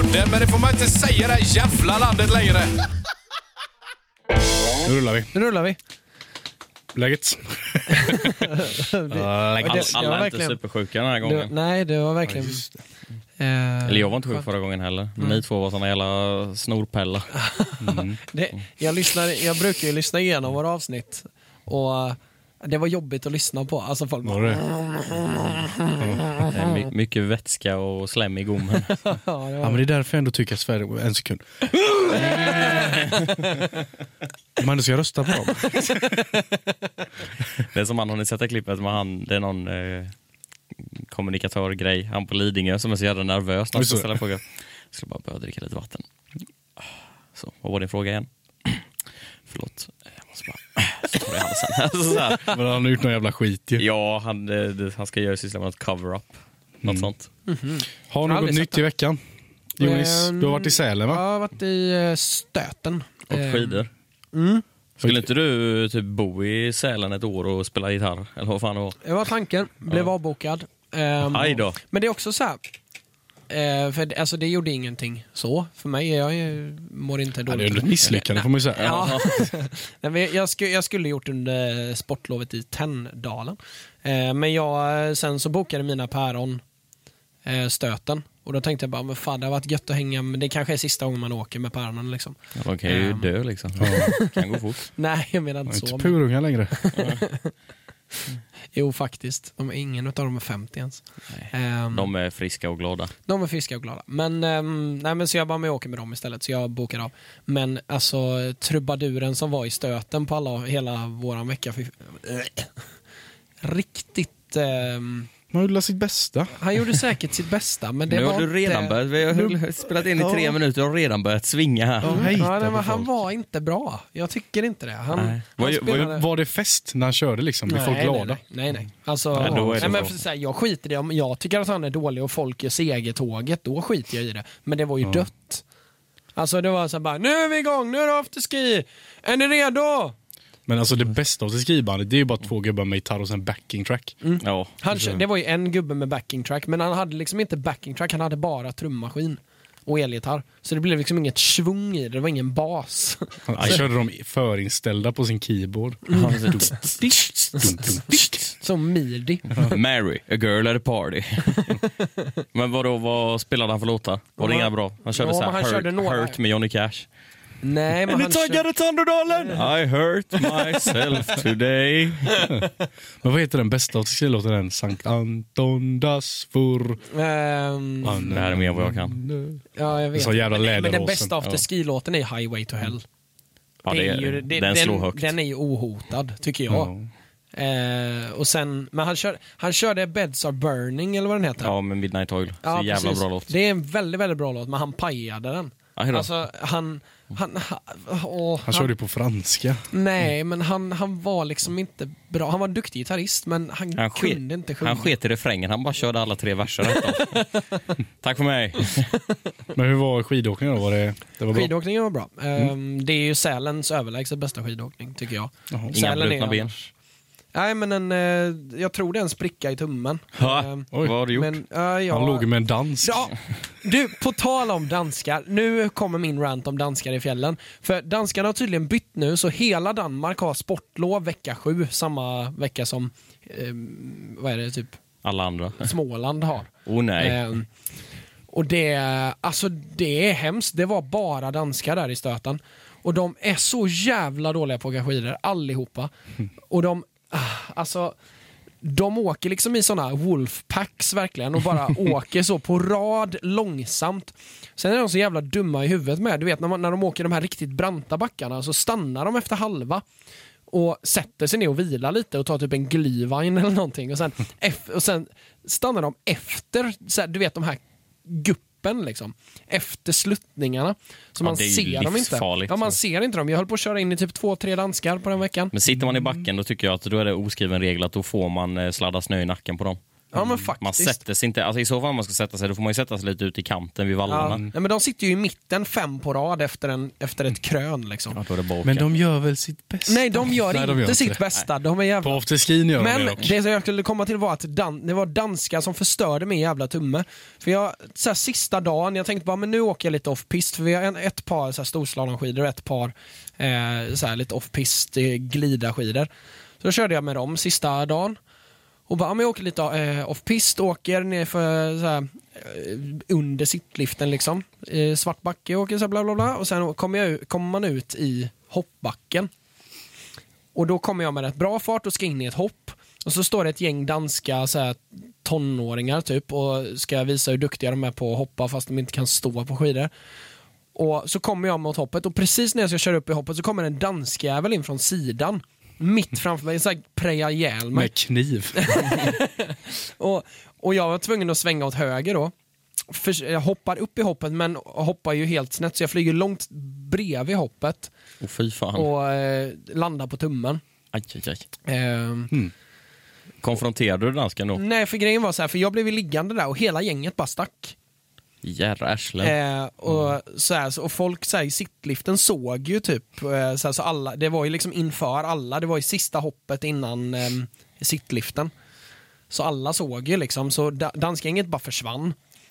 podden, men det får man inte säga det här jävla landet längre. Nu rullar vi. Läget? Alla är inte supersjuka den här gången. Nej, det var verkligen... Eller jag var inte sjuk förra gången heller. Ni två var såna jävla snorpella. Jag brukar ju lyssna igenom våra avsnitt. Och det var jobbigt att lyssna på. Alltså folk bara... Det är mycket vätska och slem i gommen. Ja, men det är därför jag ändå tycker att Sverige... En sekund. Man ska rösta på dem. Det är som har ni sett det klippet med han, det är någon kommunikatörgrej, han på Lidingö som är så jävla nervös när han ska ställa frågor. Jag ska bara börja dricka lite vatten. Så, vad var din fråga igen? Förlåt, jag måste bara... Så tar jag halsen. Men han har gjort någon jävla skit ju. Ja, han ska göra syssla med något cover-up. Något sånt. Har något nytt i veckan? Jonas, du har varit i Sälen, va? Jag har varit i Stöten. Och skidor. Skulle inte du typ bo i Sälen ett år och spela gitarr? Eller vad fan det var? Det var tanken. Blev avbokad. Aj då. Men det är också så här... för alltså det gjorde ingenting så för mig. Jag mår inte dåligt. Det är ett misslyckande får man ju säga. Ja. jag skulle gjort under sportlovet i Tänndalen. Men sen så bokade mina päron Stöten. Och då tänkte jag bara, men fan det har varit gött att hänga. Men det kanske är sista gången man åker med päronen liksom. Man kan ju dö liksom. Kan gå fort. Nej, jag menar inte så. Inte purunga längre. Jo, faktiskt. Ingen av dem är 50 ens. De är friska och glada. De är friska och glada. Men så jag bara med åker med dem istället. Så jag bokar av. Men alltså trubaduren som var i Stöten på hela våran vecka. Riktigt... Man gjorde sitt bästa. Han gjorde säkert sitt bästa. Men det nu var har du redan börjat. Vi har spelat in i 3 minuter och redan börjat svinga här. Han var inte bra. Jag tycker inte det. Var det fest när han körde liksom? Blir folk glada? Nej. Alltså, jag skiter i det. Om jag tycker att han är dålig och folk är segertåget, då skiter jag i det. Men det var ju dött. Alltså det var så bara, nu är vi igång, nu är det afterski. Är ni redo? Men alltså det bästa av det skrivbandet, det är ju bara 2 gubbar med gitarr och sen backing track. Ja. Det var ju en gubbe med backing track, men han hade liksom inte backing track, han hade bara trummaskin och elgitarr. Så det blev liksom inget svung i det var ingen bas. Han körde de förinställda på sin keyboard. Som midi. Mary, a girl at a party. Men vad spelade han för låtar? Var det inga bra? Han körde så här Hurt med Johnny Cash. Nej, men han taggade Thunderdalen. I hurt myself today. Men vad heter den bästa av skillåten? Den Sankt Anton das för. Det här är mer vad jag kan. Ja, jag vet. Så jävla men den bästa av skillåten är Highway to Hell. Ja, den slår högt. Den är ju ohotad, tycker jag. Och sen, men han körde Beds Are Burning eller vad den heter. Ja, med Midnight Oil. Så jävla bra låt. Det är en väldigt, väldigt bra låt, men han pajade den. Alltså, han körde på franska. Nej, men han var liksom inte bra. Han var en duktig gitarrist, men han kunde inte sjunga. Han sket i refrängen, han bara körde alla 3 verser. Tack för mig. Men hur var skidåkningen då? Var det var bra? Skidåkningen var bra. Det är ju Sälens överlägset bästa skidåkning, tycker jag. Inga brutna ben. Nej, men jag tror det är en spricka i tummen. Vad har du gjort? Han låg med en dansk. Ja, du, på tal om danskar. Nu kommer min rant om danskar i fjällen. För danskarna har tydligen bytt nu, så hela Danmark har sportlov vecka 7. Samma vecka som, vad är det, typ? Alla andra. Småland har. Nej. Och det är hemskt. Det var bara danskar där i Stöten. Och de är så jävla dåliga på att åka skidor, allihopa. Och de åker liksom i såna wolfpacks verkligen och bara åker så på rad långsamt. Sen är de så jävla dumma i huvudet med. Du vet, när de åker de här riktigt branta backarna så stannar de efter halva och sätter sig ner och vilar lite och tar typ en glühwein eller någonting. Och sen stannar de efter, så här, du vet, de här guppen liksom, efter sluttningarna. Så man ser dem inte. Ja, man ser inte dem. Jag höll på att köra in i typ 2-3 danskar på den veckan. Men sitter man i backen, då tycker jag att då är det oskriven regel att då får man sladda snö i nacken på dem. Ja, men Man faktiskt. sätter sig inte, alltså i så fall man ska sätta sig, då får man ju sätta sig lite ut i kanten vid vallarna. Ja. Nej, men de sitter ju i mitten 5 på rad efter ett krön liksom. Ja, då är det bara att Men åka. de gör väl sitt bästa? Nej, de gör Nej, inte de gör sitt det. bästa. De är jävla... På afterskin gör de Men det dock. det som jag skulle komma till var att det var danskar som förstörde min jävla tumme. För jag, så här, sista dagen, jag tänkte bara, men nu åker jag lite off-pist. För vi har ett par så här, storslalomskidor och ett par så här, lite off-pist glidarskidor. Så då körde jag med dem sista dagen. Och bara, men jag åker lite off-pist, åker ner för så här, under sittliften liksom. Svart backe, åker så här, bla bla bla. Och sen kommer man ut i hoppbacken. Och då kommer jag med rätt bra fart och ska in i ett hopp. Och så står det ett gäng danska så här, tonåringar typ och ska visa hur duktiga de är på att hoppa fast de inte kan stå på skidor. Och så kommer jag mot hoppet och precis när jag ska köra upp i hoppet så kommer en danskjävel in från sidan. Mitt framför mig, så här preja ihjäl mig. Med kniv. Och jag var tvungen att svänga åt höger då. För jag hoppar upp i hoppet men hoppar ju helt snett så jag flyger långt bredvid hoppet Och fy fan. och landar på tummen. Aj. Konfronterade du dansken då? Nej, för grejen var så här, för jag blev liggande där och hela gänget bara stack. Jävla arslen. Och, och folk så här, i sittliften såg ju typ så alla, det var ju liksom inför alla, det var ju sista hoppet innan sittliften. Så alla såg ju liksom, så dansgänget bara försvann.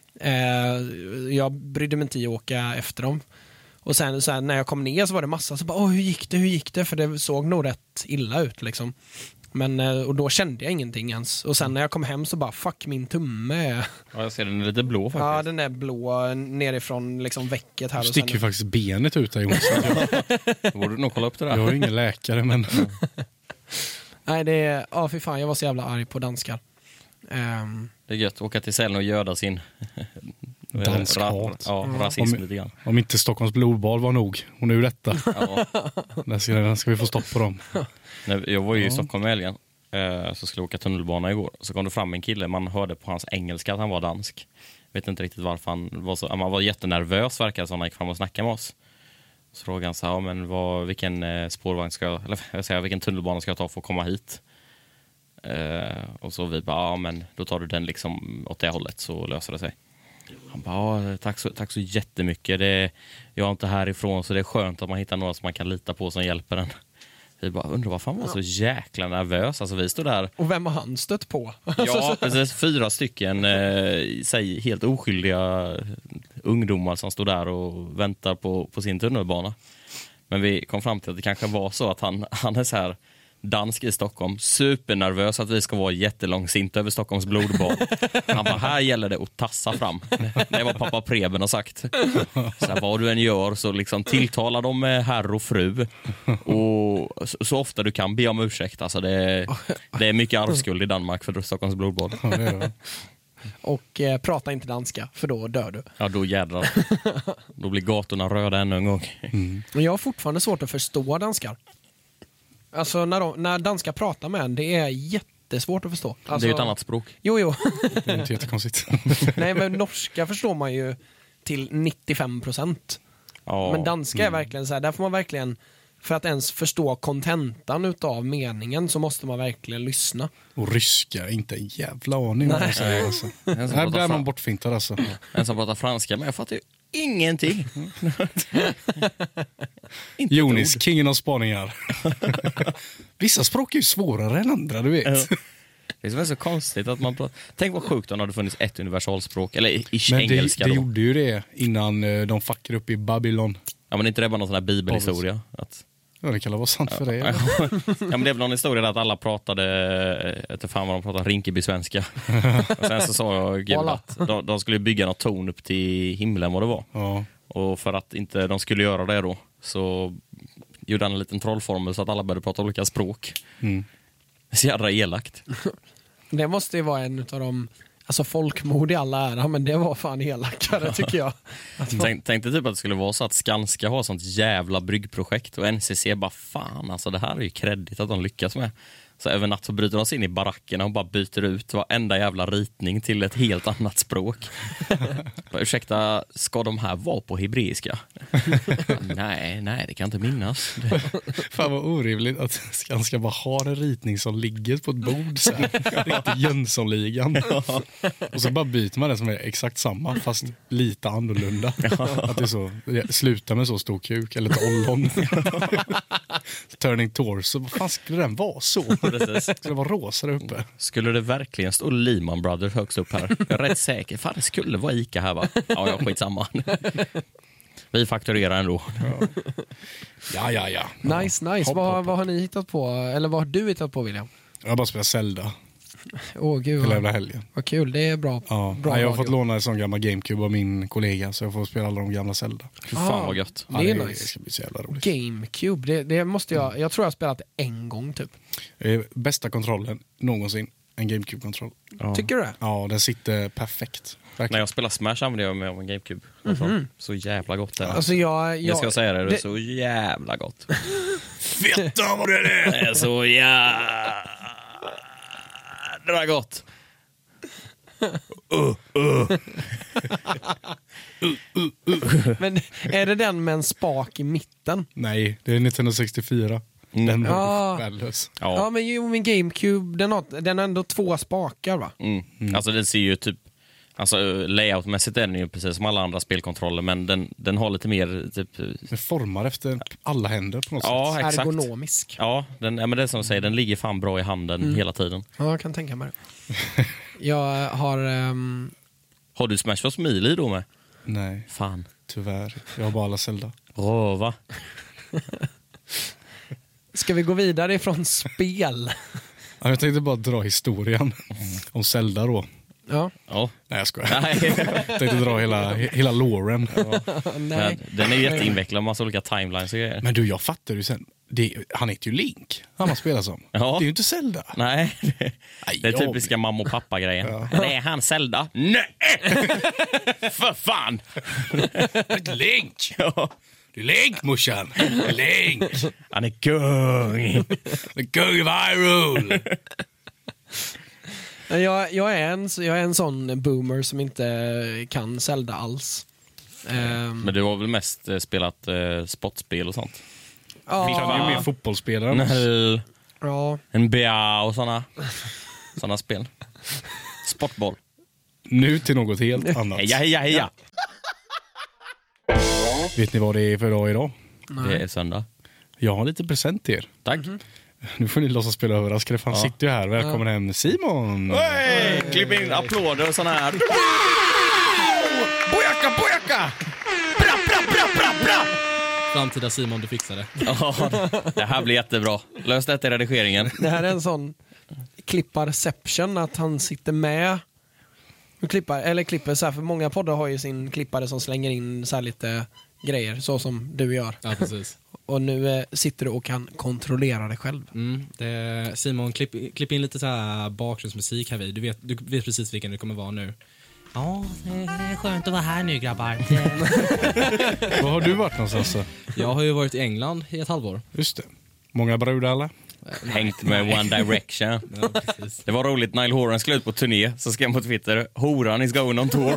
Jag brydde mig inte i att åka efter dem. Och sen så här, när jag kom ner så var det massa så bara, hur gick det? För det såg nog rätt illa ut liksom. Men, och då kände jag ingenting ens. Och sen när jag kom hem så bara, fuck, min tumme. Ja, jag ser den är lite blå faktiskt. Ja, den är blå nerifrån liksom väcket här. Du och sticker sen... ju faktiskt benet ut där, Jonas. Då borde du nog kolla upp det där. Jag är ingen läkare, men... Nej, det är... Ja, fy fan, jag var så jävla arg på danskar. Det är gött att åka till Sälen och göda sin Danskhat. rasism lite grann. Om inte Stockholms blodbad var nog. Och nu detta. Ja. Där ska vi få stopp på dem. Jag var ju i Stockholm i helgen, så skulle jag åka tunnelbana igår. Så kom det fram en kille, man hörde på hans engelska att han var dansk. Vet inte riktigt varför han var så. Han var jättenervös verkar så han gick fram och snackade med oss. Så frågade han så här, men vilken spårvagn ska jag, eller jag säger, vilken tunnelbana ska jag ta för att komma hit? Och så vi bara, men då tar du den liksom åt det hållet så löser det sig. Han bara, tack så jättemycket. Jag är inte härifrån så det är skönt att man hittar några som man kan lita på som hjälper en. Vi bara undrar varför han var så jäkla nervös. Alltså vi stod där. Och vem har han stött på? Ja, precis. 4 stycken helt oskyldiga ungdomar som stod där och väntar på sin tunnelbana. Men vi kom fram till att det kanske var så att han är så här dansk i Stockholm, supernervös att vi ska vara jättelångsinta över Stockholms blodbad. Han bara, här gäller det att tassa fram. Det är vad pappa Preben har sagt. Så här, vad du än gör så liksom tilltala dem med herr och fru. Och så ofta du kan be om ursäkt. Alltså det är mycket arvskuld i Danmark för Stockholms blodbad. Ja, det är det. Och prata inte danska, för då dör du. Ja, då jädrar. Då blir gatorna röda ännu en gång. Men jag har fortfarande svårt att förstå danskar. Alltså när danskar pratar med en, det är jättesvårt att förstå. Alltså, Det är ju ett annat språk. Jo. Det är inte jättekonstigt. Nej, men norska förstår man ju till 95%. Ja. Men danska är verkligen så här, där får man verkligen, för att ens förstå kontentan utav meningen så måste man verkligen lyssna. Och ryska, inte en jävla aning vad jag säger. Alltså. En som Här pratar blir man fran- bortfintad alltså. en som pratar franska, men jag fattar ju ingenting. Inte Jonis, ett ord. kingen av spaningar. Vissa språk är ju svårare än andra, du vet. Det är så konstigt att man pratar. Tänk vad sjukt om det hade funnits ett universalspråk. Eller Men engelska det då. gjorde ju det innan de fuckade upp i Babylon. Ja, men inte det bara någon sån här bibelhistoria. Att, Ja, det kan vara sant för dig. ja, men det är väl någon historia där att alla pratade, inte fan vad de pratade, Rinkeby-svenska. Och sen så sa jag Gud att de skulle bygga något torn upp till himlen vad det var. Ja. Och för att inte de skulle göra det då så gjorde han en liten trollformel så att alla började prata olika språk. Mm. Så jävla elakt. Det måste ju vara en utav de, alltså folkmord i alla ära, men det var fan elakare tycker jag. Tänkte typ att det skulle vara så att Skanska har sånt jävla bryggprojekt och NCC bara fan, alltså det här är ju kreddigt att de lyckas med. Så över natt så bryter de sig in i barackerna och bara byter ut varenda jävla ritning till ett helt annat språk. Bara, ursäkta, ska de här vara på hebreiska? nej, det kan jag inte minnas. Fan vad orimligt att han ska bara ha en ritning som ligger på ett bord så här. Riktigt Jönssonligan. Och så bara byter man det som är exakt samma fast lite annorlunda. Att det är så, sluta med så stor kuk eller ett ollon. Turning torso, vad fan skulle den vara så? Precis. Skulle det vara rosa där uppe? Skulle det verkligen stå Lehman Brothers högst upp här? Jag är rätt säker. Fan, det skulle vara Ica här, va? Ja, skitsamma. Vi fakturerar ändå. Ja. Nice. Vad har ni hittat på? Eller vad har du hittat på, William? Jag har bara spelat Zelda Gud, hela jävla helgen. vad kul. Det är bra. Ja. Bra Jag har radio. fått låna en sån gammal GameCube av min kollega så jag får spela alla de gamla Zelda. Fy fan vad gött. Det är Det nice. ska bli så jävla roligt. GameCube, det måste jag tror jag har spelat det en gång typ. Bästa kontrollen någonsin, en GameCube-kontroll. Tycker du det? Ja, den sitter perfekt. När Verkligen. jag spelar Smash använder jag mig av en GameCube. Så jävla gott det är. Alltså Jag ska säga det är så jävla gott. Feta vad det är! Det är så jävla gott. Men är det den med en spak i mitten? Nej, det är 1964. Den var värdelös. Ja, men min GameCube, den har ändå 2 spakar, va? Alltså den ser ju typ, alltså layoutmässigt är den ju precis som alla andra spelkontroller, men den har lite mer typ. Den formar efter alla händer på något Ja, sätt. exakt. Ergonomisk. Ja, men det är som du säger, den ligger fan bra i handen hela tiden. Ja, jag kan tänka mig det. Jag har... Har du Smash Bros. Melee då med? Nej, Fan. tyvärr. Jag har bara alla Zelda. Röva. Ska vi gå vidare ifrån spel? Ja, jag tänkte bara dra historien om Zelda då. Ja. Ja. Nej, jag skojar. Nej. Jag tänkte dra hela låren. Nej. Den är ju jätteinvecklad, massa olika timelines och grejer. Men du, jag fattar ju sen. Han heter ju Link, han har spelat som. Ja. Det är ju inte Zelda. Nej, det är jag typiska mamma och pappa-grejen. Det är han Zelda. Nej! För fan! Link! Ja. Du är Link, morsan. Link! Han är kung. Kung of Hyrule! Jag är en sån boomer som inte kan Zelda alls. Men du har väl mest spelat sportspel och sånt? Han är ju mer fotbollsspelare. Nej. Ja. NBA och såna spel. Sportboll. Nu till något helt annat. Heja. Vet ni vad det är för dag idag? Det är söndag. Jag har lite present till er. Tack. Nu får ni låtsas spela överraskade, för han sitter ju här. Välkommen hem, Simon! Hey, klipp in applåder och såna här. Bojaka! Framtida Simon, du fixar det. Ja, det här blir jättebra. Lös detta i redigeringen. Det här är en sån klipparception, att han sitter med och klipper så här, för många poddar har ju sin klippare som slänger in så här lite grejer, så som du gör. Ja, precis. Och nu sitter du och kan kontrollera det själv. Simon, klipp in lite så här bakgrundsmusik här vid. Du vet precis vilken det kommer vara nu. Ja, det är skönt att vara här nu, grabbar. Var har du varit någonstans så? Jag har ju varit i England i ett halvår. Just det. Många brudar eller? Hängt med One Direction. Ja, precis. Det var roligt, Niall Horan skulle ut på turné. Så skrev han på Twitter: Horan is going on tour.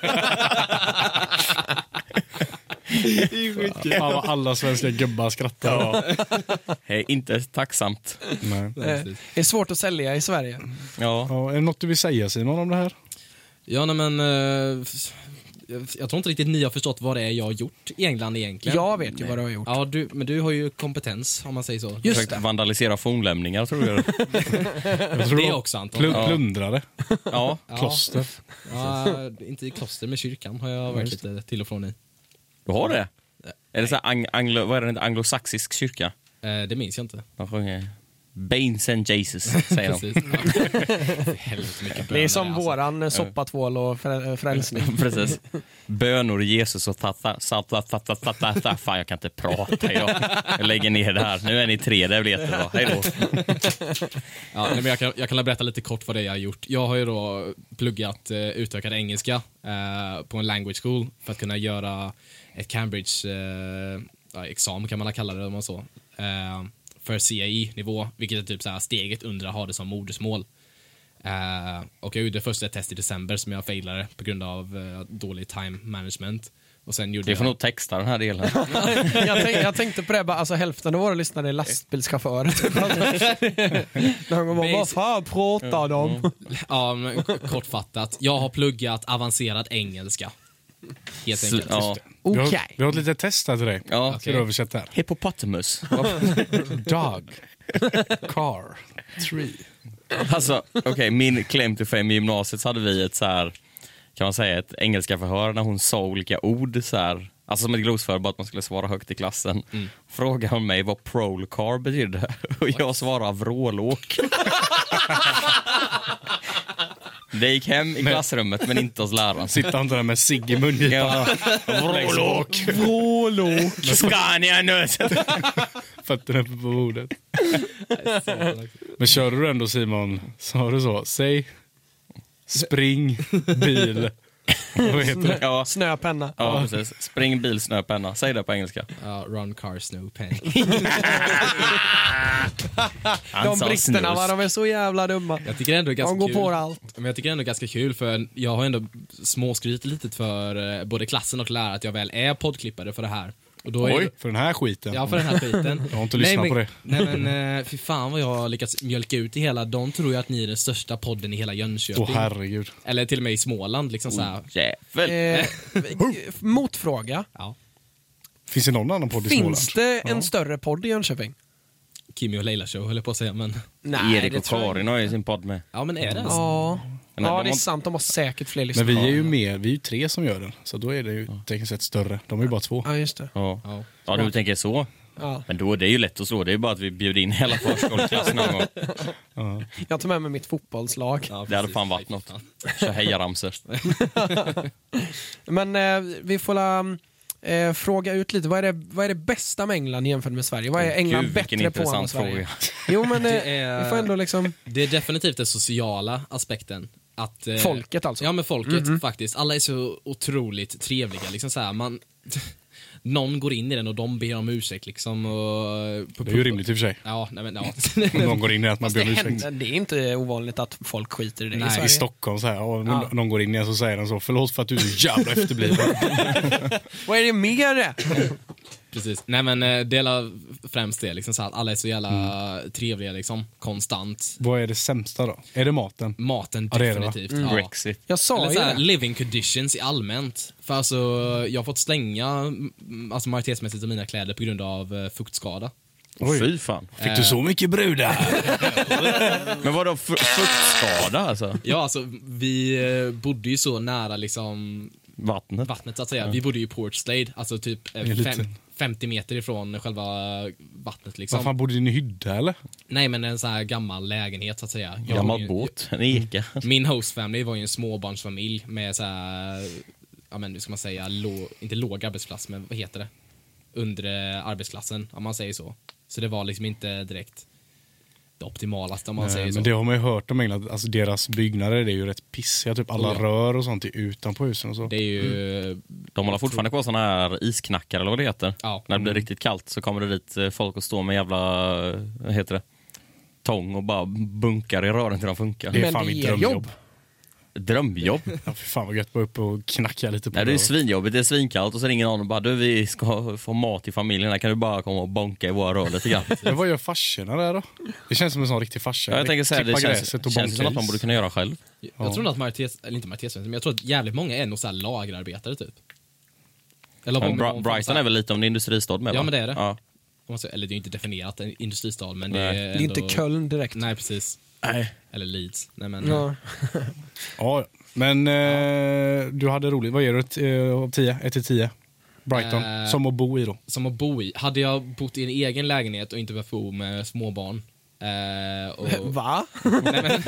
Fan vad alla svenska gubbar skrattar. Hej, inte tacksamt. Nej. Det är svårt att sälja i Sverige. Ja. Ja, är det något du vill säga, Simon, om det här? Ja, nej, men jag tror inte riktigt ni har förstått vad det är jag har gjort i England egentligen. Jag vet ju vad du har gjort. Ja, men du har ju kompetens, om man säger så. Just Försökt det. vandalisera fornlämningar, tror jag. Jag tror Det var också, Anton. plundrade. Ja. Kloster. Ja, inte i kloster, med kyrkan har jag varit lite till och från i. Du har det? Är det så här vad är det, anglosaxisk kyrka? Det minns jag inte. De sjunger Baines and Jesus, säger de. Precis. Helvete mycket Det är som alltså. våran soppatvål och frälsning. Precis. Bönor, Jesus och tata. Fan, jag kan inte prata idag. Jag lägger ner det här. Nu är ni 3, det blir jättebra. Hej då. Ja, men jag kan berätta lite kort vad det är jag har gjort. Jag har ju då pluggat utökad engelska på en language school för att kunna göra ett Cambridge examen, kan man kalla det om man så. för CIE-nivå, vilket är typ så här steget under att ha det som modersmål. Och jag gjorde först ett test i december som jag failade på grund av dålig time management. Och sen gjorde Det får nog texta den här delen. jag tänkte på det, bara, alltså hälften av våra lyssnare är lastbilschaufförer. Vad fan pratar de? Ja, men kortfattat. Jag har pluggat avancerad engelska. Helt enkelt. Ja. Okej. Vi har ett litet test här till dig. Ja. Ska du översätta här? Hippopotamus. Dog. Car. Tree. Alltså, okej, min claim to fame i gymnasiet så hade vi ett så här, kan man säga, ett engelska förhör när hon sa olika ord så här, alltså som ett glosför, bara att man skulle svara högt i klassen. Frågade hon mig vad prol car betydde och jag svarade vrålåk. Det gick hem i klassrummet men inte hos läraren. Sitter han där med cigg i mungipan. Vrålåk. Vrålåk. Scania nu. Fötterna uppe på bordet. Men körde du ändå, Simon? Sa du så? Säg spring, bil. Vad heter det? Ja. Snöpenna. Ja, precis. Spring, bil, snöpenna. Säg det på engelska. Ja, run, car, snow, pen. De britterna, va? De är så jävla dumma. Jag tycker ändå det är ganska De går kul. på allt. Men jag tycker ändå det är ganska kul, för jag har ändå småskrytit lite för både klassen och lärare att jag väl är poddklippare för det här. Och då är Oj, för den här skiten. Ja, för den här skiten. Jag har inte lyssnat på det. Nej men fy fan vad jag har lyckats mjölka ut i hela. De tror ju att ni är den största podden i hela Jönköping. Herregud. Eller till och med i Småland liksom så här. Jävel. Motfråga. Ja. Finns det någon annan podd i Småland? Finns det en större podd i Jönköping? Kimi och Leila show höll jag på att säga, men Erik och Karin har ju sin podd med. ja, men är det alltså? Ja, Men ja de det är har- sant. De har säkert fler Men lyssnare. vi är ju mer, vi är ju 3 som gör den. Så då är det ju tekniskt sett större. De är ju bara 2. Ja, just det. Ja. Ja. Ja, du tänker så. Ja. Men då, det är ju lätt att slå. Det är ju bara att vi bjuder in hela förskoleklassen någon gång. Jag tar med mig mitt fotbollslag. Ja, Det hade precis. fan varit något. Kör hejaramser. Men vi får fråga ut lite. Vad är det bästa med England jämfört med Sverige? Vad är England Gud, vilken bättre på än intressant Sverige? fråga. Jo, men Det är- vi får ändå liksom... Det är definitivt den sociala aspekten. Att, Folket alltså. Ja, men folket faktiskt. Alla är så otroligt trevliga. Liksom så här, någon går in i den och de ber om ursäkt. Liksom, och, Det är ju rimligt i och för sig. Ja, nej, men, ja. Om någon går in i att man Fast ber det, om ursäkt. händer, det är inte ovanligt att folk skiter i det Nej. i I Sverige. Stockholm så här, och någon går in i en så säger den så, förlåt för att du är så jävla efterbliven. Vad är det mer? Precis. Nej, men det är främst det. Liksom, så att alla är så jävla trevliga liksom, konstant. Vad är det sämsta då? Är det maten? Maten Ja, det är det, va? definitivt. Ja. Brexit. Jag sa Eller ju så här, det. living conditions i allmänt. För alltså, jag har fått slänga alltså, majoritetsmässigt av mina kläder på grund av fuktskada. Oj. Fy fan. Fick du så mycket brudar? Men vadå, fuktskada alltså? Ja, alltså vi bodde ju så nära liksom Vattnet. så att säga. Vi bodde ju i Port Slade, alltså typ är lite- 50 meter ifrån själva vattnet liksom. Vad fan, bodde ni i en hydda eller? Nej, men en så här gammal lägenhet så att säga. Jag var Gammal ju- båt, en eka. Min host family var ju en småbarnsfamilj med så här, ja men hur ska man säga, inte låg arbetsplats, men vad heter det? Undre arbetsklassen, om man säger så. Så det var liksom inte direkt det optimalaste om man säger så. Men det har man ju hört om England, alltså deras byggnader det är ju rätt pissiga, typ alla Oh, ja. rör och sånt är utanpå husen och så. Det är ju... De håller fortfarande kvar såna här isknackar eller vad det heter. Ja. När det blir riktigt kallt så kommer det dit folk och står med jävla, vad heter det? Tång och bara bunkar i rören till de funkar. Det är Men fan det mitt ger drömjobb. jobb. Drömjobb? Ja, för fan vad gött, bara upp och knacka lite på Nej, det är dörren. svinjobbigt, det är svinkallt och så ringer någon och bara du, vi ska få mat i familjen här, kan du bara komma och bonka i våra rör lite grann? Men vad gör farsorna där då? Det känns som en sån riktig farsa. Ja, jag tänker säga, det Klippa känns gräset och som bonka att man is. borde kunna göra själv. Jag tror nog att men jag tror att jävligt många är nog så här lagerarbetare typ. Eller Men om någon form så Brighton här- är väl lite om det är industristad med, Ja, va? men det är det. Ja. Eller det är ju inte definierat en industristad, men Nej. det Det är är inte ändå- Köln direkt. Nej, precis. Nej. Eller Leeds. Nej, men... Ja. Ja, men du hade roligt. Vad ger du av 10? 1-10? Brighton. Som att bo i då. Som att bo i. Hade jag bott i en egen lägenhet och inte behövt bo med småbarn. Och, Va? nej, men,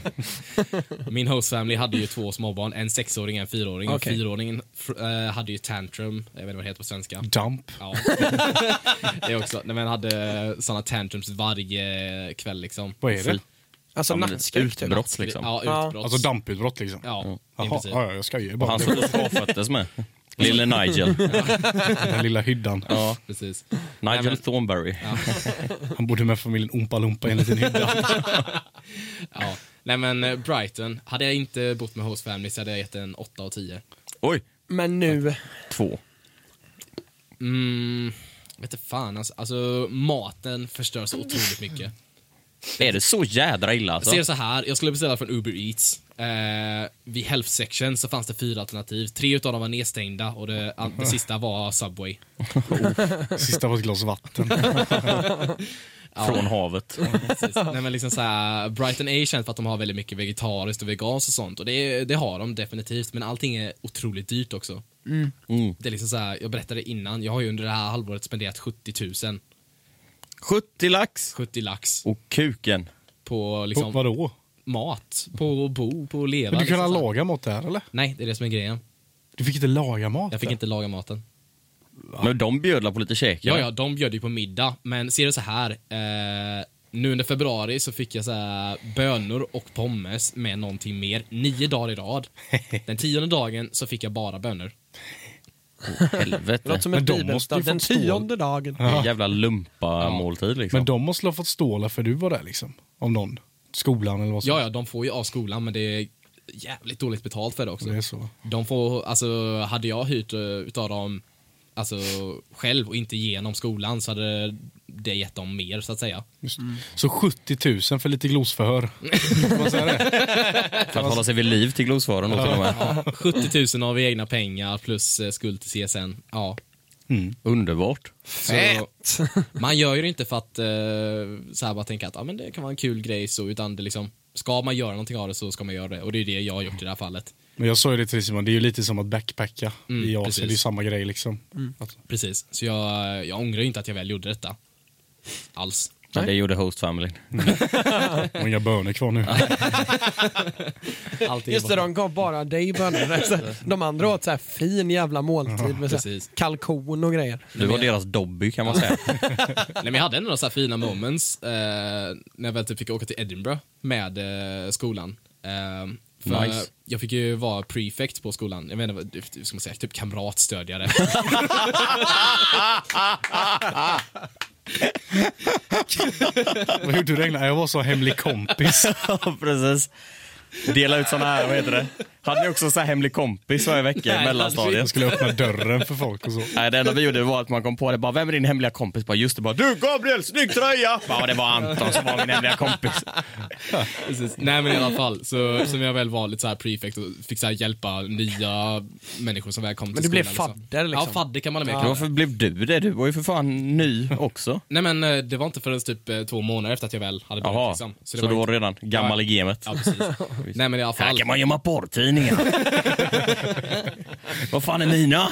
min host family hade ju 2 småbarn, en 6-åring och en 4-åring. Okej. Och 4-åringen hade ju tantrum, jag vet inte vad det heter på svenska. Dump. Ja. Det också. Nej, men hade såna tantrums varje kväll liksom. Vad är det? Alltså Ja, men nattskräck typ. utbrott liksom. Ja, utbrott. Alltså damputbrott liksom. Ja, i Jaha, princip. ja, jag ska ju bara. Han som du skavföttes med. Lille Nigel. Den lilla hyddan. Ja, Precis. Nigel Thornberry. Han bodde med familjen Oompa Loompa i en liten hydda. Ja. Nej men Brighton, hade jag inte bott med host family så hade jag gett en 8 av 10. Oj, Men nu, 2. Vet inte fan alltså maten förstör så otroligt mycket. Är det så jädra illa alltså? Ser det så här, jag skulle beställa från Uber Eats. Vid health section så fanns det 4 alternativ. 3 utav dem var nedstängda och det sista var Subway. Sista var ett glas vatten. Från havet. Precis. Nej, men liksom så här, Brighton är känt för att de har väldigt mycket vegetariskt och veganskt och sånt. Och det har de definitivt, men allting är otroligt dyrt också. Det är liksom så här, jag berättade innan, jag har ju under det här halvåret spenderat 70 000. 70 lax. 70 lax Och kuken. på liksom Vadå? mat, på att bo, på att leva. Men du kan liksom så här. laga mat där eller? Nej, det är det som är grejen. Du fick inte laga mat Jag fick där. inte laga maten. Men de bjöd på lite käk. Ja, de bjöd ju på middag. Men ser du så här, nu under februari så fick jag så här bönor och pommes med någonting mer 9 dagar i rad. Den 10:e dagen så fick jag bara bönor. det Helvete. låter som Men ett de måste ju bibelstad. Den fått stå- 10:e dagen. En jävla lumpa-måltid liksom. Men de måste ha fått ståla för du var där liksom. Om någon. Skolan eller vad som. Ja, de får ju av skolan, men det är jävligt dåligt betalt för det också. Det är så. De får, alltså hade jag hyrt utav dem alltså själv och inte genom skolan så hade det gett dem mer så att säga. Just. Så 70 000 för lite glosförhör. Kan man säga det? För att hålla sig vid liv till glosfaren och till och med. Ja, 70 000 av egna pengar plus skuld till CSN. Ja. Underbart. Så, man gör ju det inte för att så här bara tänka att men det kan vara en kul grej så, utan det liksom, ska man göra någonting av det så ska man göra det. Och det är det jag har gjort i det här fallet. Men jag sa ju det till Simon, det är ju lite som att backpacka i Asien. precis. Det är ju samma grej liksom. Att, Precis. Så jag ångrar ju inte att jag väl gjorde detta. Alls. Men det gjorde host family. och inga bönor kvar nu. Just det, de gav bara dig bönor. De andra åt så här fin jävla måltid med så här precis. kalkon och grejer. Du var deras Dobby kan man säga. Nej, men jag hade ändå så här fina moments när jag väl typ fick åka till Edinburgh med skolan. För Nice. jag fick ju vara prefect på skolan. Jag vet inte vad ska man säga, typ kamratstödjare. Vad gjorde du Regna? Jag var så hemlig kompis. Ja, precis. Dela ut såna här, vad heter det? Hade ni också så här hemlig kompis varje vecka i Jag mellanstadiet? skulle öppna dörren för folk och så. Nej, det enda vi gjorde var att man kom på det bara, vem är din hemliga kompis? Bara, just det, bara, du Gabriel, snygg tröja! Ja, det var Anton som var min hemliga kompis. Precis. Nej, men i alla fall så som jag väl var lite så här prefect och fick så här hjälpa nya människor som väl kom till Men du blev skolan, fadder liksom. Ja, fadder kan man ha med. Men varför blev du det? Du var ju för fan ny också. Nej, men det var inte förrän typ 2 månader efter att jag väl hade börjat Jaha, liksom. så det då var inte- du redan gammal i gamet. Ja, precis. Nej, men i alla Här fall. kan man gömma porrtidningar. Vad fan är mina?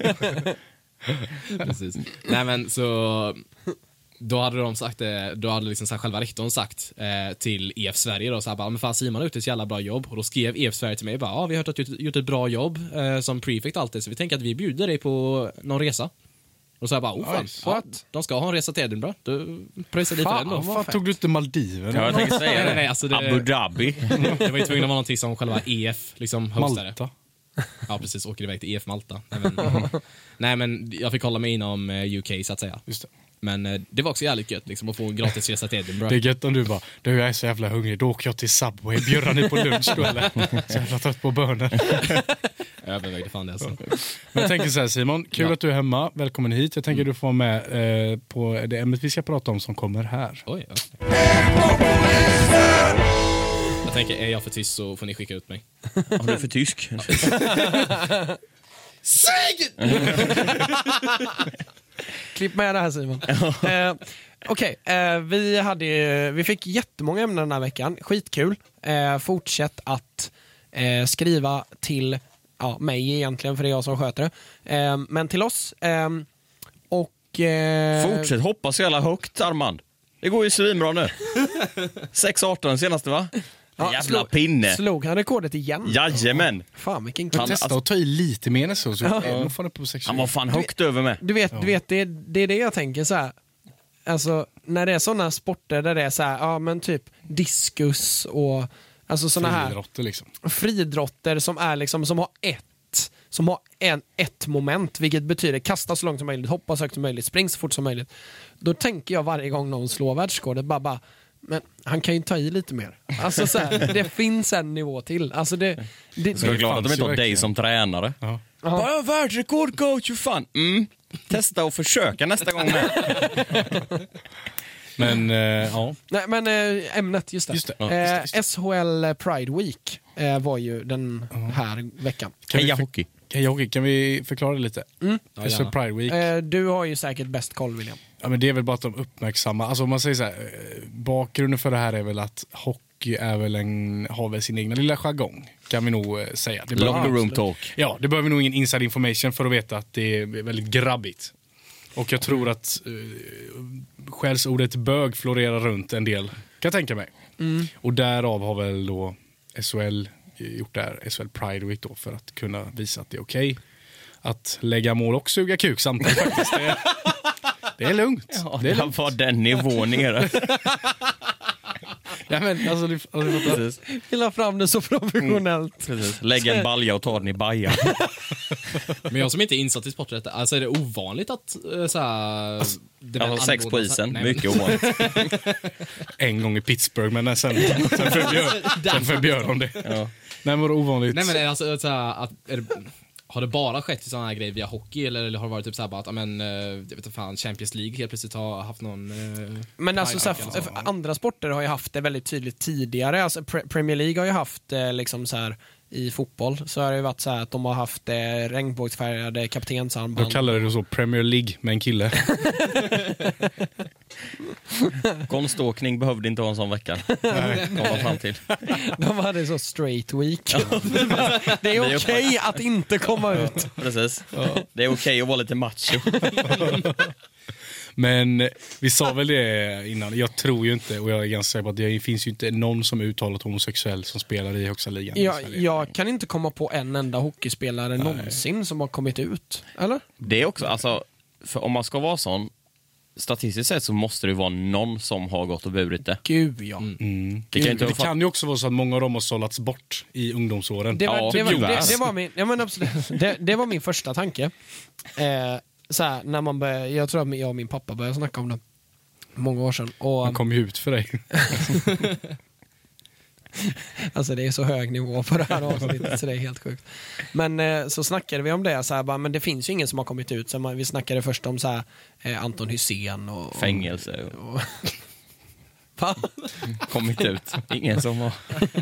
Precis. Nej, men så då hade de sagt det, då hade liksom så här, själva rektorn sagt till EF Sverige då så här bara, men fan Simon har gjort ett jävla bra jobb, och då skrev EF Sverige till mig bara, ja vi har hört att du gjort ett bra jobb som prefect alltid, så vi tänker att vi bjuder dig på någon resa. Och så jag bara, fan, Nice. ja, de ska ha en resa till Edinburgh. Du pröjsar dit för den då. Fan, tog du inte Maldiven? Ja, jag tänkte säga det. Nej, alltså det- Abu Dhabi. Det var ju tvungen att vara någonting som själva EF liksom hostade. Malta. Ja, precis, åker iväg till EF Malta. Nej, men jag fick hålla mig inom UK så att säga. Just det. Men det var också jävligt gött liksom, att få en gratis resa till Edinburgh. Det är gött om du bara, du jag är så jävla hungrig, då åker jag till Subway. Bjuder ni på lunch då eller? Så jävla trött på bönor. Jag övervägde fan det alltså. Men jag tänker så här Simon, kul att du är hemma, välkommen hit. Jag tänker du får vara med på det ämnet vi ska prata om som kommer här. Oj, ja. Jag tänker, är jag för tyst så får ni skicka ut mig. Om du är för tysk. Klipp med det här Simon. Okej, vi fick jättemånga ämnen den här veckan. Skitkul. Fortsätt att skriva till mig egentligen, för det är jag som sköter det. Men till oss. Fortsätt hoppa så jävla högt, Armand. Det går ju svinbra nu. 6-18 den senaste, va? Jävla pinne. Slog han rekordet igen? Jajamän. Fan vilken Men kul. testa att ta i lite mer än så är fan uppe på 6. Han var fan högt över med. Du vet det är det jag tänker så här. Alltså när det är sådana sporter där det är så här, ja men typ diskus och alltså såna här Friidrotter liksom. friidrotter som är liksom, som har ett som har ett moment, vilket betyder kasta så långt som möjligt, hoppa så högt som möjligt, spring så fort som möjligt. Då tänker jag varje gång någon slår världsrekordet bara men han kan ju ta i lite mer. Alltså så här, det finns en nivå till. Alltså det Så jag är glad att de inte har dig som tränare. Ja. Bara världsrekord coach, hur fan? Testa och försöka nästa gång med. Men ja. Nej, men ämnet, just det. Just det. Ja, SHL Pride Week var ju den här veckan. Heja hockey. Heja hockey, kan vi förklara det lite? Ja, SHL Pride Week. Du har ju säkert bäst koll, William. Ja, men det är väl bara att de uppmärksamma, alltså om man säger så här, bakgrunden för det här är väl att hockey är väl har väl sin egna lilla jargong, kan vi nog säga. Det Locker room talk. Ja, det behöver nog ingen inside information för att veta att det är väldigt grabbigt. Och jag tror att skällsordet bög florerar runt en del, kan jag tänka mig. Och därav har väl då SHL gjort det här SHL Pride Week då, för att kunna visa att det är okej att lägga mål och suga kuk samtidigt faktiskt. Det är lugnt. Ja, det är lugnt. var den nivån nere. Ja, men, Precis. Vi la fram det så professionellt. Precis. Lägg en balja och ta den i baja. Men jag som inte är insatt i sporträtt, alltså är det ovanligt att såhär... Alltså, sex på isen, mycket ovanligt. En gång i Pittsburgh, men sen förbjöd de det. Ja. Nej, men var det ovanligt? Nej, men är det alltså såhär, har det bara skett i sådana här grejer via hockey, eller har det varit typ såhär bara att jag vet inte fan, Champions League helt plötsligt har haft någon Men alltså så här, andra sporter har ju haft det väldigt tydligt tidigare. Alltså Premier League har ju haft liksom så här, i fotboll så har det ju varit så här att de har haft regnbågsfärgade kaptensarmband. Då kallar det så Premier League med en kille. Konståkning behövde inte ha en sån vecka. Komma fram till. De hade så straight week. Det är okej att inte komma ut. Precis. Det är okej att vara lite macho. Men vi sa väl det innan. Jag tror ju inte, och jag är ganska säker på att det finns ju inte någon som är uttalat homosexuell som spelar i högsta ligan. Jag kan inte komma på en enda hockeyspelare någonsin som har kommit ut. Eller? Det är också, alltså, för om man ska vara sån, statistiskt sett så måste det vara någon som har gått och burit det. Gud, ja. Det kan ju också vara så att många av dem har sållats bort i ungdomsåren. Det var min första tanke. Så här, när man jag tror att jag och min pappa började snacka om det många år sedan. Och, man kom ju ut för dig. alltså det är så hög nivå på det här avsnittet så det är helt sjukt. Men så snackade vi om det så här, bara, men det finns ju ingen som har kommit ut. Så vi snackade först om så här, Anton Hysén och fängelse. Va? Kommit ut. Ingen som har...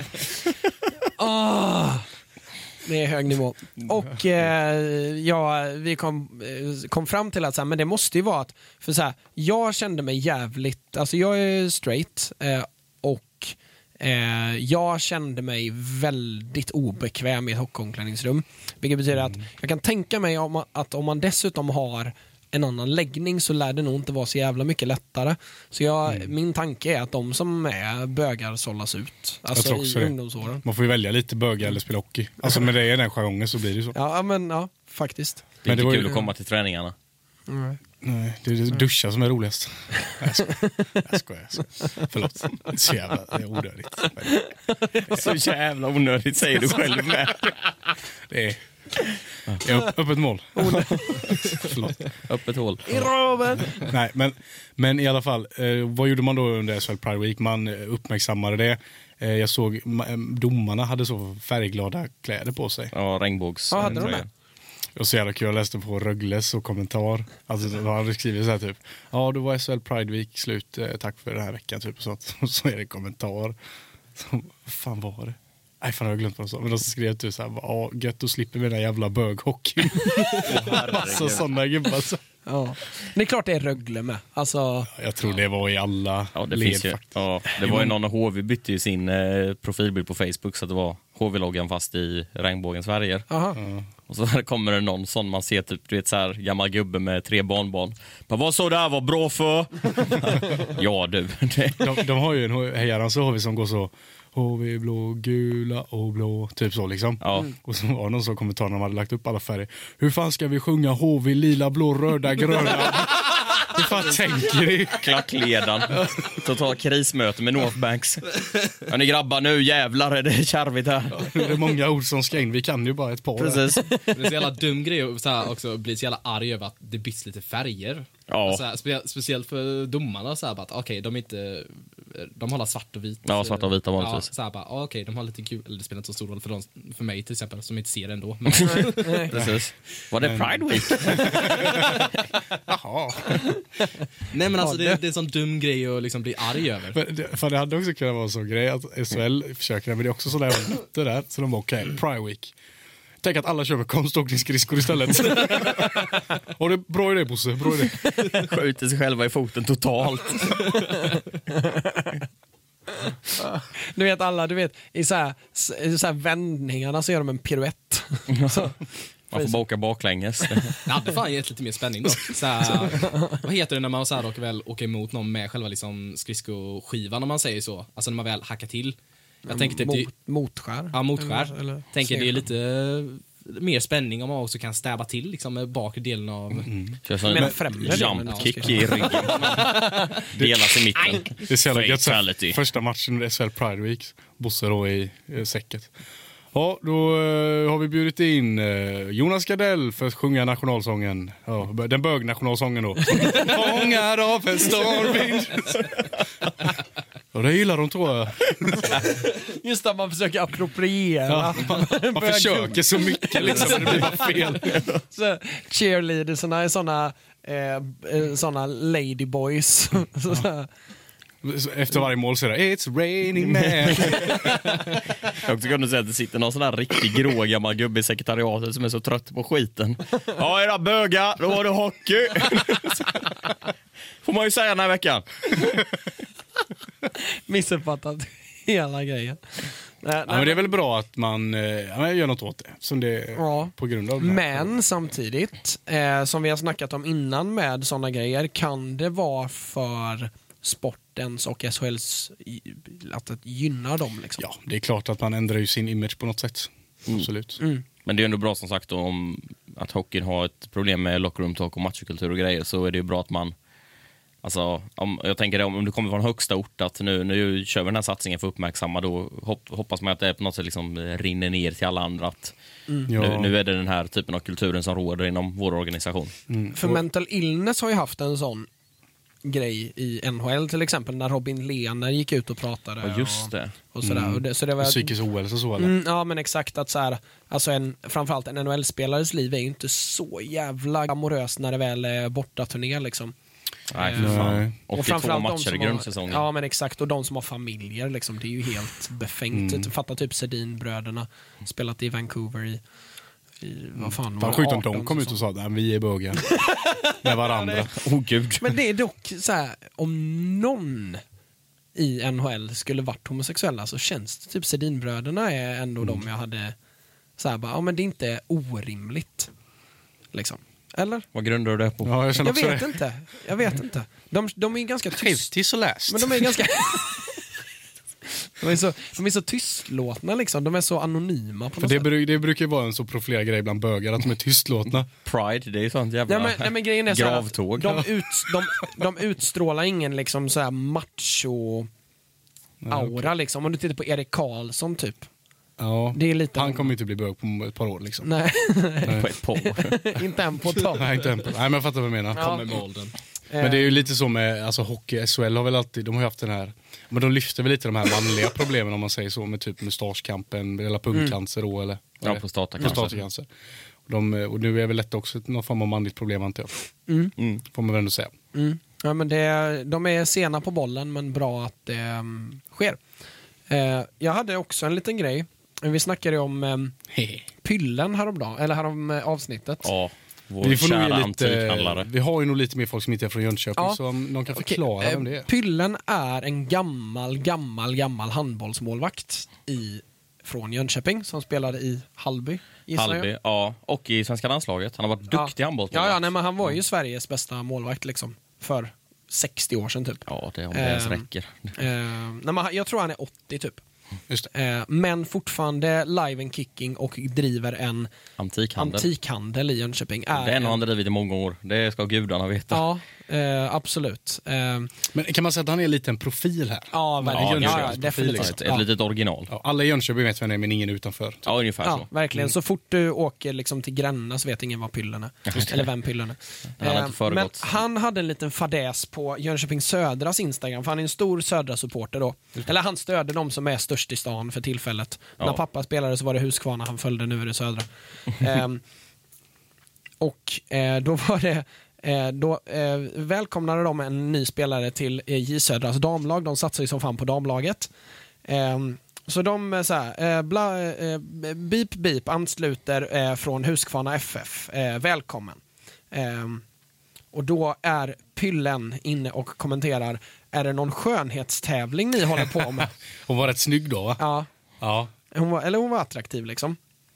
Det är hög nivå. Och vi kom fram till att så här, men det måste ju vara att, för så här, jag kände mig jävligt, alltså jag är straight och jag kände mig väldigt obekväm i ett hockeyomklädningsrum. Vilket betyder att jag kan tänka mig att om man dessutom har en annan läggning så lär det nog inte vara så jävla mycket lättare. Så min tanke är att de som är bögar sållas ut. Alltså i ungdomsåren. Man får ju välja lite bögar eller spela hockey. Alltså med det i den jargongen så blir det så. Ja, men ja, faktiskt. Det är inte kul att komma till träningarna. Nej, det är duscha som är roligast. Jag skojar. Förlåt. Så jävla onödigt. Så jävla onödigt säger du själv med. Det är öppet mål. Förlåt. Öppet hål. I röven. Nej, men i alla fall, vad gjorde man då under SHL Pride Week? Man uppmärksammade det. Jag såg domarna hade så färgglada kläder på sig. Ja, regnbågs. Ja, hade de det? Och så jävla kul, jag läste på Rögles och kommentar. Alltså de hade skrivit så här typ: ja, då var SHL Pride Week slut, tack för den här veckan typ. Och så är det kommentar. Så, vad fan var det? Nej, fan, jag har glömt vad de sa. Men de skrev typ så här: ja, gött att slipper med den jävla böghockey. Alltså sådana gubbar så. Ja. Det är klart det är Rögle med. Alltså... Jag tror det var i alla det led finns ju. faktiskt. Ja, det var ju någon av HV bytte ju sin profilbild på Facebook så att det var HV-loggan fast i regnbågens färger. Och så kommer det någon sån man ser typ, du vet så här gammal gubbe med 3 barnbarn. Men vad så där var bra för? Ja du. de har ju en hejaran så har vi som går så: HV blå, gula och blå, typ så liksom. Ja. Och så var det någon sån kommentar när de hade lagt upp alla färger: hur fan ska vi sjunga HV lila, blå, röda, gröna? Hur fan tänker ni? Klackledaren. Total krismöte med Northbanks. Ja, ni grabbar, nu jävlar är det kärvigt här. Det är många ord som ska in, vi kan ju bara ett par. Precis. Det är så jävla dum grej att så här också bli så jävla arg över att det byts lite färger. Ja. Så här, speciellt för domarna så här, bara att okej, de håller svart och vit. Ja, svarta och vita vanligtvis. Ja, så här bara, okej, de har lite kul, eller det spelar inte så stor roll för mig till exempel som inte ser det ändå. Men, Precis. Var det Pride Week? Jaha. nej men alltså det är en sån dum grej att liksom bli arg över. För det hade också kunnat vara så grej att SHL försöker, men det är också sådär det där, så de var okej, Pride Week. Tänk att alla kör med konståkningsskridskor istället. Och det är bra idé, Bosse, bra idé. Skjuter sig själva i foten totalt. Du vet alla, i så här vändningarna så gör de en piruett. Så, Man får bara åka baklänges. Det hade fan gett lite mer spänning då. Så här, vad heter det när man så här åker emot någon med själva liksom skridskoskivan, om man säger så? Alltså när man väl hackar till. Jag tänker typ motskär. Ja, motskär. Eller tänker det är lite mer spänning om man också kan stäba till liksom med bakre delen av... Kör sån Men främre jump kick i ryggen. Delas i mitten. Det är så jävla gött. Fatality. Första matchen i SHL Pride Week, Bosse då i säcket. Ja, då har vi bjudit in Jonas Gardell för att sjunga nationalsången. Ja, den bög-nationalsången då. Fångad av en stormvind. Och det gillar de, tror jag. Just att man försöker appropriera. Ja, man försöker så mycket liksom, men det blir bara fel. Så cheerleadersarna är såna ladyboys. Efter varje mål så är det It's raining man. Jag också kunde säga att det sitter någon sån här riktigt grå gammal gubbe i sekretariatet som är så trött på skiten. Ja, era bögar, då var det hockey. Får man ju säga den här veckan. Missuppfattat hela grejen. Ja, men det är väl bra att man gör något åt det, som det på grund av det. Men samtidigt, som vi har snackat om innan med sådana grejer, kan det vara för sportens och SHLs att det gynnar dem liksom. Ja, det är klart att man ändrar ju sin image på något sätt. Absolut. Men det är ändå bra som sagt då, om att hockeyn har ett problem med locker room talk och matchkultur och grejer, så är det ju bra att man, alltså, jag tänker det, om du kommer från högsta ort, att nu kör vi den här satsningen för att uppmärksamma, då hoppas man att det på något sätt liksom rinner ner till alla andra, att nu är det den här typen av kulturen som råder inom vår organisation. För mental illness har ju haft en sån grej i NHL till exempel, när Robin Lehner gick ut och pratade. Ja, just det. Och sådär. Så det var psykisk ohälsa så eller? Ja, men exakt, att så här, alltså framförallt en NHL-spelares liv är ju inte så jävla amorös när det väl är bortaturné liksom. Nej, för fan. Och 82 framförallt matcher i grundsäsongen. Ja, men exakt, och de som har familjer liksom, det är ju helt befängt. Fatta typ Sedin-bröderna, spelat i Vancouver i vad fan var det, sjukt om de kom ut och sa att vi är bögar med varandra. Gud. Men det är dock så här, om någon i NHL skulle varit homosexuella så känns det typ Sedin-bröderna är ändå de jag hade så här, bara, ja men det är inte orimligt liksom. Eller? Vad grundar du det på? Ja, Jag vet inte. De är ganska Till och läst. Men de är ganska de är så tystlåtna liksom. De är så anonyma på något sätt. Det brukar ju vara en så profilerad grej bland bögar att de är tystlåtna. Pride, det är ju sånt jävla Nej, men grejen är så här, gravtåg. de utstrålar ingen liksom så här macho aura liksom. Om du tittar på Erik Karlsson typ. Ja, det är lite han kommer inte bli bög på ett par år liksom. Nej. På ett par. Inte en på tag. Nej, inte en på. Nej, men jag fattar vad jag menar. Kommer med åldern. Men det är ju lite så med alltså, hockey, SHL har väl alltid, de har ju haft den här, men de lyfter väl lite de här manliga problemen om man säger så, med typ mustaschkampen eller pungcancer då, eller prostatacancer. Och nu är väl detta också någon form av manligt problem, antar jag. Får man väl ändå säga. Ja, men de är sena på bollen, men bra att det sker. Jag hade också en liten grej. Vi snackade om Pyllen härom avsnittet. Ja. Vi får nog vi har ju nog lite mer folk som inte är från Jönköping, så om någon kan förklara vem det är. Pyllen är en gammal handbollsmålvakt från Jönköping som spelade i Hallby. Ja, och i svenska landslaget. Han har varit duktig handbollsmålvakt. Ja, nej, men han var ju Sveriges bästa målvakt liksom för 60 år sedan typ. Ja, det om det ens räcker. Nej, men jag tror han är 80 typ. Just men fortfarande live and kicking och driver en antikhandel i Jönköping. Det har han drivit i många år. Det ska gudarna veta. Ja, absolut. Men kan man säga att han är lite en profil här? Ja, verkligen. Ja, Ja, definitivt. Ett litet original. Ja, alla i Jönköping vet vem det är, men ingen utanför. Ja, ungefär Ja, så. verkligen. Så fort du åker liksom till Gränna så vet ingen vad Pyllen är. Eller vem Pyllen är. Han har inte Men föregått. han hade en liten fadäs på Jönköping Södras Instagram, för han är en stor Södra-supporter då. Eller han stöder de som är störst i stan för tillfället. Ja. När pappa spelade så var det Huskvarna han följde, nu är det Södra. Då var det välkomnade de en ny spelare till J Södras damlag. De satsar ju som fan på damlaget. Så de beep beep ansluter från Huskvarna FF. Välkommen. Och då är Pyllen inne och kommenterar: är det någon skönhetstävling ni håller på med? Hon var rätt snygg då, va? Ja, Ja. hon var attraktiv liksom.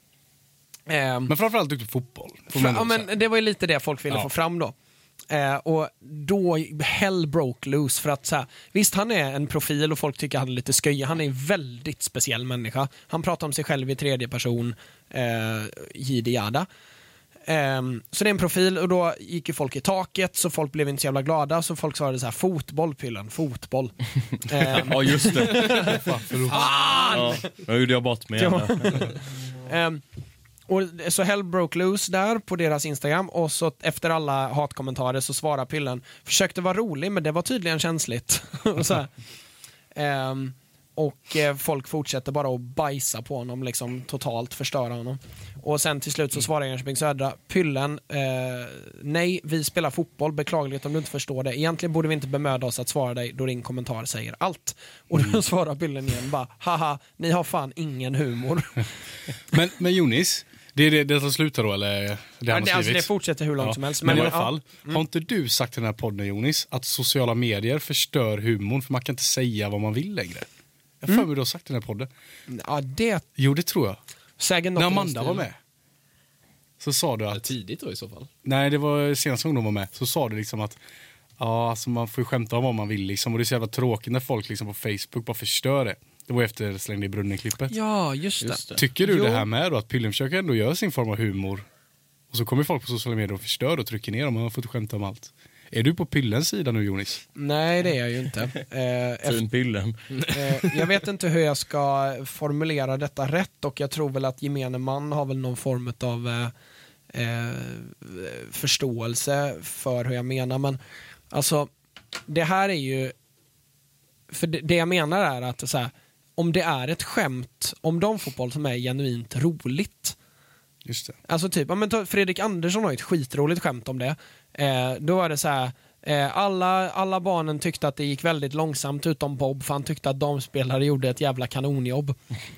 Men framförallt duktig på fotboll. får man Ja, ändå säga. men det var ju lite det folk ville få fram då. Och då hell broke loose, för att så här, visst, han är en profil och folk tycker han är lite sköj. Han är en väldigt speciell människa. Han pratar om sig själv i tredje person, jada. Så det är en profil, och då gick ju folk i taket, så folk blev inte så jävla glada, så folk sa det så här: fotboll, Pyllen, fotboll. Ja, just det. Ja, nu gjorde jag bort mig igen. Och så hell broke loose där på deras Instagram, och så efter alla hatkommentarer så svarar Pyllen: försökte vara rolig, men det var tydligen känsligt. Och så här. Folk fortsätter bara att bajsa på honom, liksom totalt förstöra honom. Och sen till slut så svarar Jönköping Södra: Pyllen, nej, vi spelar fotboll, beklagligt om du inte förstår det. Egentligen borde vi inte bemöda oss att svara dig, då din kommentar säger allt. Och då svarar Pyllen igen bara: haha, ni har fan ingen humor. Men Jonis, det är det som slutar då, eller? Det han har Alltså, skrivit? det fortsätter hur långt som helst. Men i alla ja. fall, har inte du sagt i den här podden, Jonis, att sociala medier förstör humorn, för man kan inte säga vad man vill längre? Jag för mig du har sagt i den här podden. Ja, det Jo, det tror jag. säger något. När i den Amanda var stilen. med, så sa du att... Tidigt då i så fall. Nej, det var senast gången de var med. Så sa du liksom att ja, alltså man får ju skämta om vad man vill liksom. Och det är så jävla tråkigt när folk liksom på Facebook bara förstör det. Det var efter Slängde i brunnen-klippet. Ja, just det. Tycker du Jo. det här med då, att Pyllen försöker ändå göra sin form av humor, och så kommer folk på sociala medier och förstör och trycker ner dem, och man får inte skämta om allt. Är du på Pyllens sida nu, Jonis? Nej, det är jag ju inte. Fin Pyllen. Jag vet inte hur jag ska formulera detta rätt, och jag tror väl att gemene man har väl någon form av förståelse för hur jag menar. Men alltså, det här är ju... För det jag menar är att så här, om det är ett skämt om damfotboll som är genuint roligt. Just det. Alltså typ, ja, men Fredrik Andersson har ju ett skitroligt skämt om det. Då är det så här: alla barnen tyckte att det gick väldigt långsamt utom Bob, för han tyckte att damspelare gjorde ett jävla kanonjobb.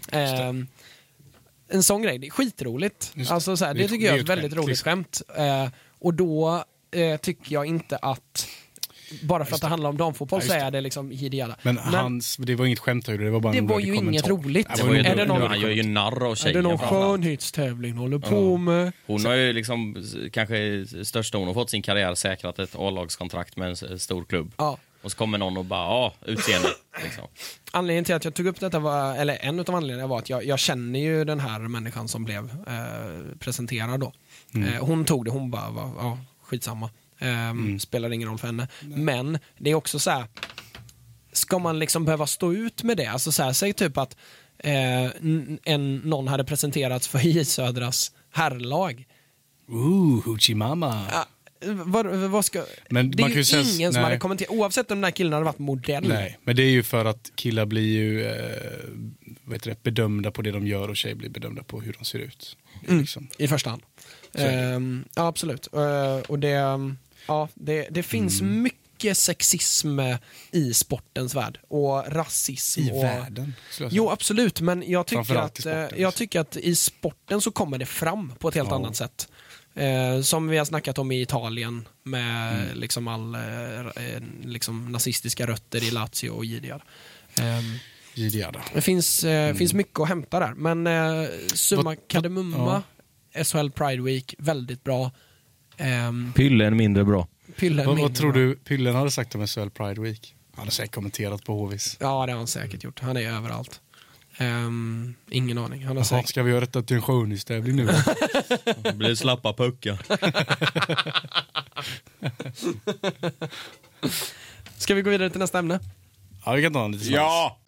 En sån grej, det är skitroligt. Alltså, så här, det tycker jag är ett väldigt roligt skämt. Och då tycker jag inte att bara för att det handlar om damfotboll så är det liksom hidiala. Men det var inget skämt, det var bara det en var ju inget roligt. Han gör ju narr av tjejen. Är det någon skönhetstävling du håller på med? Hon har ju liksom, kanske största hon har fått sin karriär säkrat ett A-lagskontrakt med en stor klubb. Ja. Och så kommer någon och bara, utseende. Liksom. Anledningen till att jag tog upp detta var, eller en av anledningarna var att jag känner ju den här människan som blev presenterad då. Hon tog det, hon bara, skitsamma. Spelar ingen roll för henne. Men det är också så här: ska man liksom behöva stå ut med det? Alltså så här, säg typ att någon hade presenterats för J Södras herrlag. Hoochie mama. Vad ska... Men det man är kan ju säga, ingen som hade kommenterat, oavsett om den här killen hade varit modell. Nej, men det är ju för att killar blir ju bedömda på det de gör, och tjejer blir bedömda på hur de ser ut. Liksom. I första hand. Ja, absolut. Och det finns mycket sexism i sportens värld, och rasism. I och världen, skulle jag säga. Jo, absolut, men jag Framförallt i sporten, jag tycker att i sporten så kommer det fram på ett helt annat sätt. Som vi har snackat om i Italien med liksom liksom nazistiska rötter i Lazio och Gidiad. Det finns mycket att hämta där, men summa kardemumma, SHL Pride Week, väldigt bra. Pyllen mindre bra. Vad tror du Pyllen hade sagt om SHL Pride Week? Han hade säkert kommenterat på Hovis. Ja, det har han säkert gjort. Han är överallt. Ingen aning. Han har säkert... Ska vi göra detta till en skönhetstävling nu? Det blir slappa puckar. Ska vi gå vidare till nästa ämne? Ja, vi kan ta en lite snabbt. Ja!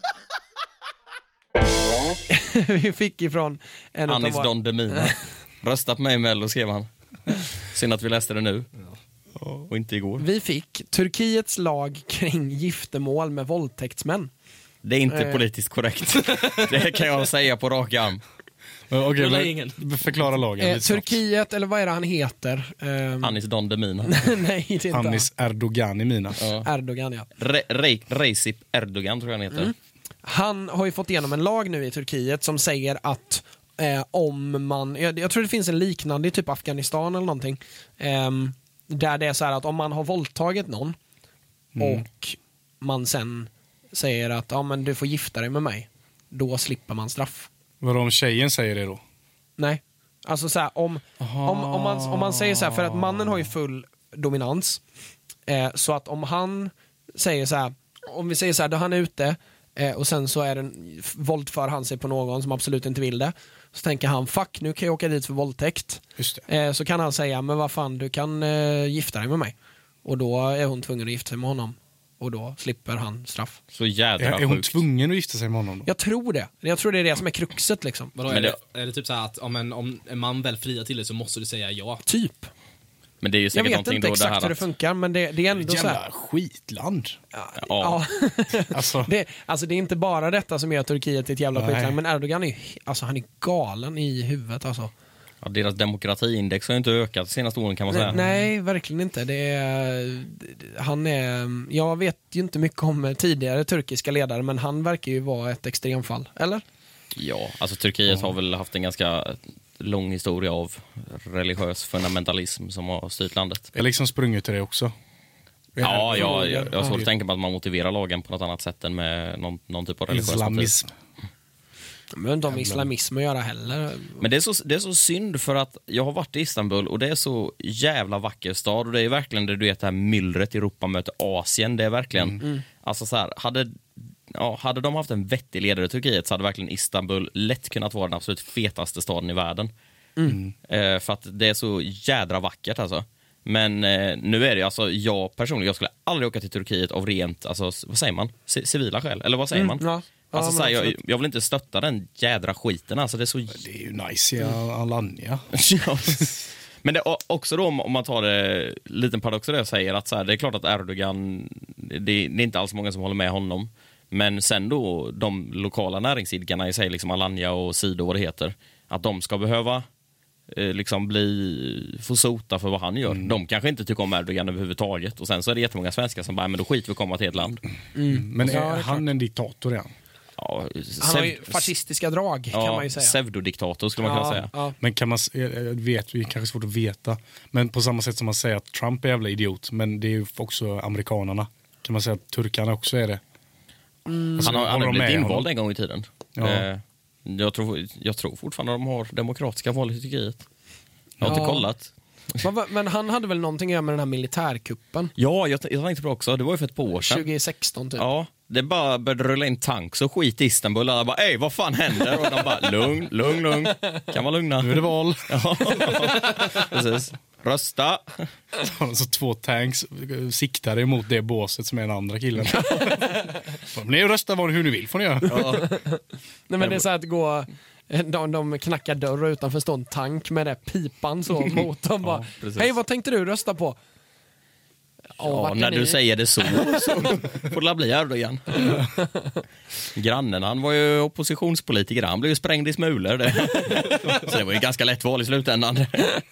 Vi fick ifrån en Anis av Don Demina. Rösta på mig i Mello, skrev han. Synd att vi läste det nu. Och inte igår. Vi fick Turkiets lag kring giftermål med våldtäktsmän. Det är inte politiskt korrekt. Det kan jag säga på rak arm. Okej, Rulla men ingen. förklara lagen lite snabbt. Turkiet, eller vad är det han heter? Anis Don Demina. Nej, det är inte Anis Erdogan i mina. Erdogan, ja. Recep Erdogan tror jag han heter. Han har ju fått igenom en lag nu i Turkiet som säger att om man, jag tror det finns en liknande i typ Afghanistan eller någonting, där det är så här att om man har våldtagit någon och man sen säger att ja, men du får gifta dig med mig, då slipper man straff. Vad om tjejen säger det då? Nej, alltså så här, om man säger så här, för att mannen har ju full dominans, så att om han säger så här, om vi säger så här, då han är ute och sen så våldför han sig på någon som absolut inte vill det, så tänker han, fuck, nu kan jag åka dit för våldtäkt. Just det. Så kan han säga, men vad fan, du kan gifta dig med mig. Och då är hon tvungen att gifta sig med honom. Och då slipper han straff. Så jädra Är hon sjukt. tvungen att gifta sig med honom då? Jag tror det. Jag tror det är det som är kruxet liksom. Vadå, Men är det typ så här att om en man väl friar till det så måste du säga ja? Typ. Men det är ju Jag säkert vet någonting inte då det här exakt hur det att, funkar, men det är ändå så här. Jävla skitland. ja. Alltså, Det är inte bara detta som gör Turkiet till ett jävla Nej. skitland, men Erdogan är han är galen i huvudet alltså. Ja, deras demokratiindex har ju inte ökat de senaste åren kan man säga. Nej, verkligen inte. Jag vet ju inte mycket om tidigare turkiska ledare, men han verkar ju vara ett extremfall, eller? Ja, alltså Turkiet har väl haft en ganska lång historia av religiös fundamentalism som har styrt landet. jag liksom sprungit till det också. Ja, jag har svårt att tänka på att man motiverar lagen på något annat sätt än med någon typ av religiös motiv. Islamism. Men inte om islamism att göra heller. Men det är så synd för att jag har varit i Istanbul och det är så jävla vacker stad och det är verkligen det, du vet, det här myllret, Europa möter Asien, det är verkligen alltså så här, hade de haft en vettig ledare i Turkiet så hade verkligen Istanbul lätt kunnat vara den absolut fetaste staden i världen. För att det är så jädra vackert alltså. Men nu är det alltså, jag skulle aldrig åka till Turkiet av rent, alltså vad säger man? Civila skäl, eller vad säger man? Ja. Alltså, Ja, så här, men jag vill inte stötta den jädra skiten. Alltså, det är så... Det är ju nice i Alanya. Ja. Men det, också då, om man tar det liten paradox det jag säger, att så här, det är klart att Erdogan, det är inte alls många som håller med honom. Men sen då, de lokala näringsidkarna i sig, liksom Alanya och Sido, vad det heter, att de ska behöva liksom få sota för vad han gör. De kanske inte tycker om Erdogan överhuvudtaget. Och sen så är det jättemånga svenskar som bara, men då skiter vi komma till ett land. Men Ja, det är är han en diktator igen? Ja, Han har ju fascistiska drag, kan man ju säga. Pseudodiktator skulle man kunna säga. Ja. Men kan man, jag vet, det är kanske svårt att veta. Men på samma sätt som man säger att Trump är jävla idiot, men det är ju också amerikanerna. Kan man säga att turkarna också är det? Alltså, Han har de blivit med invald honom? en gång i tiden. Ja. Jag tror fortfarande de har demokratiska val i Turkiet. Jag har inte kollat. Men han hade väl någonting att göra med den här militärkuppen? Ja, jag tänkte på det också. Det var ju för ett par år sedan. 2016 typ. Ja, det bara började rulla in tanks och skit i Istanbul. Alla bara, ej, vad fan händer? Och de bara, lugn. Kan vara lugna. Nu är det val. Ja, precis. Rösta. Alltså 2 tanks siktar emot det båset som är den andra killen. Ni röstar hur ni vill får ni göra. Nej, men det är så att de knackar dörr och utanför står en tank med det pipan så mot dem. Bara, precis. hej, vad tänkte du rösta på? Ja, när du säger det så får det bli Erdogan. Grannen, han var ju oppositionspolitiker. Han blev ju sprängd i smulor. Så det var ju ganska lätt val i slutändan.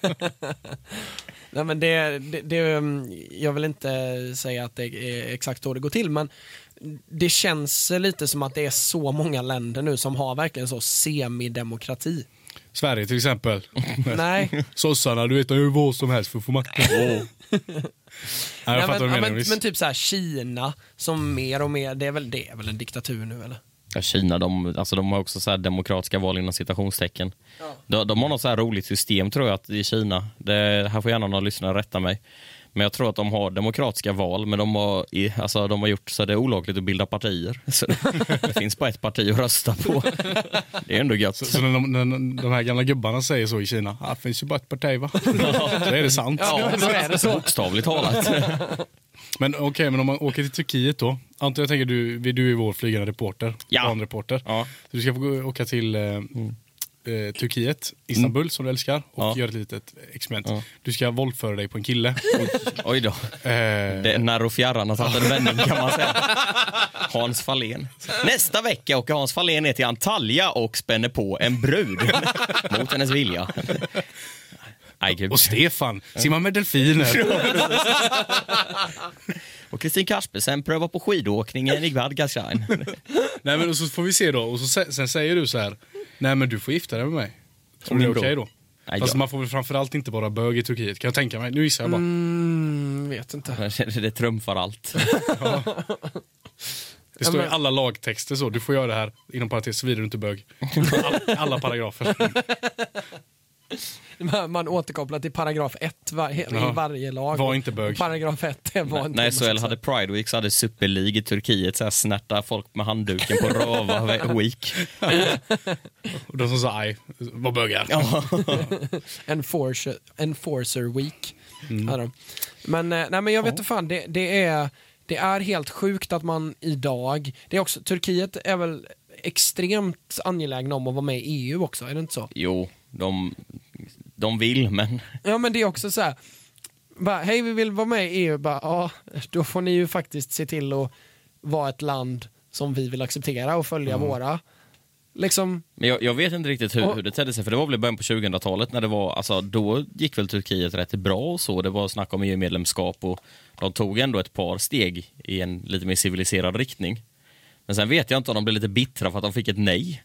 Nej, men jag vill inte säga att det är exakt så det går till, men det känns lite som att det är så många länder nu som har verkligen så semidemokrati. Sverige till exempel. Nej. Sossarna, du vet, de gör vad som helst för att få makten. Nej, jag fattar vad du menar. Men typ så här Kina som mer och mer, det är väl en diktatur nu eller? Ja, Kina, de har också så här demokratiska val inom citationstecken. Ja. De har något så här roligt system tror jag att i Kina. Här får gärna någon lyssnare rätta mig. Men jag tror att de har demokratiska val, men de har gjort så det är olagligt att bilda partier. Så det finns bara ett parti att rösta på. Det är ändå gött. Så när de här gamla gubbarna säger så i Kina, det finns ju bara ett parti va? Så är det sant. Ja, så är det så. Bokstavligt talat. Men okej, men om man åker till Turkiet då. Anton, jag tänker du är vår flygande reporter. Ja. Banreporter. Ja. Så du ska få åka till Turkiet, Istanbul som du älskar och göra ett litet experiment. Ja. Du ska våldföra dig på en kille. Oj då. Det är när och fjärran har tagit en vändning kan man säga. Hans Fahlén. Nästa vecka åker Hans Fahlén ner till Antalya och spänner på en brud mot hennes vilja. Och Stefan, simmar med delfiner. Och Kristin Kaspersen prövar på skidåkningen i Gvadgasheim. Nej, men och så får vi se då. Och så, sen säger du så här: nej men du får gifta dig med mig. Tror du det är okej då? Nej, Fast man får väl framförallt inte vara bög i Turkiet, kan jag tänka mig. Nu gissar jag bara. Vet inte. Det trumfar allt. Ja. Det står i alla lagtexter så. Du får göra det här inom parentes såvida du inte är bög. Alla paragrafer. Man återkopplar till paragraf 1 i varje lag. Var inte bög. Paragraf 1 var inte. När SHL hade Pride Week så hade Super League i Turkiet så här snärta folk med handduken på röva week. Och de som sa var bögar. Ja. Enforcer week. Men nej, men jag vet inte fan, det är helt sjukt att man idag, det är också, Turkiet är väl extremt angelägna om att vara med i EU också, är det inte så? Jo, de vill, men... Ja, men det är också så här, hej, vi vill vara med i EU, då får ni ju faktiskt se till att vara ett land som vi vill acceptera och följa våra. Liksom... Men jag vet inte riktigt hur det tedde sig, för det var väl i början på 2000-talet när det var, alltså då gick väl Turkiet rätt bra och så, det var snack om EU-medlemskap och de tog ändå ett par steg i en lite mer civiliserad riktning. Men sen vet jag inte om de blev lite bittra för att de fick ett nej.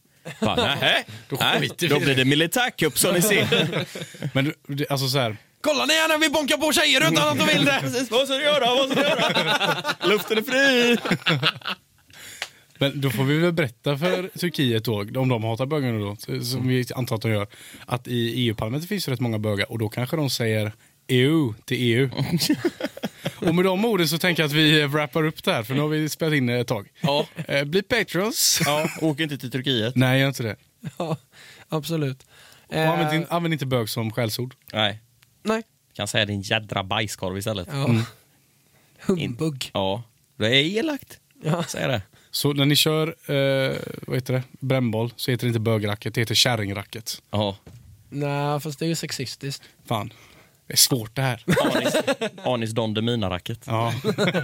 Då blir det militärkupp som ni ser. Men alltså så här, kolla ni när vi bonkar på tjejer utan att de vill det. Vad ska du göra? Luften är fri. men då får vi väl berätta för Turkiet då, om de hatar bögarna då, som vi antar att de gör, att i EU-parlamentet finns det rätt många bögar och då kanske de säger EU till EU. Och med de orden så tänker jag att vi wrappar upp det här, för nu har vi spelat in ett tag. Ja. Bli patrons. Ja, åk inte till Turkiet. Nej, gör inte det. Ja, absolut. Och använd inte bög som skällsord. Nej. Nej. Kan säga din jädra bajskorv istället. Ja. Humbug. Ja, det är elakt. Ja. Säg det. Så när ni kör vad heter det? Brännboll så heter det inte bögracket, det heter kärringracket. Ja. Nej, fast det är ju sexistiskt. Fan. Det är svårt det här. Anis Don Demina-racket. Ja.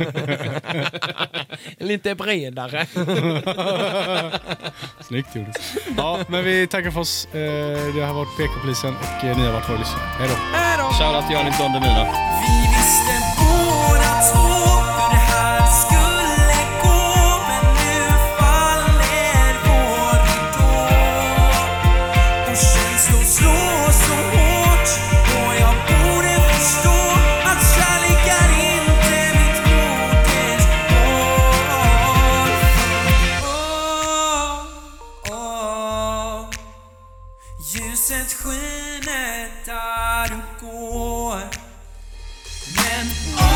Lite bredare. Snyggt gjort. Ja, men vi tackar för oss. Det har varit PK-polisen och ni har varit våra lyssnare. Hej då. Hej då. Shoutout till Anis Don Demina. Vi visste båda två hur det här skulle gå, men nu faller vår ridå och känslor slår så hårt, och jag borde förstå att kärlek är inte mitt modersmål. Ljuset skiner där du går, men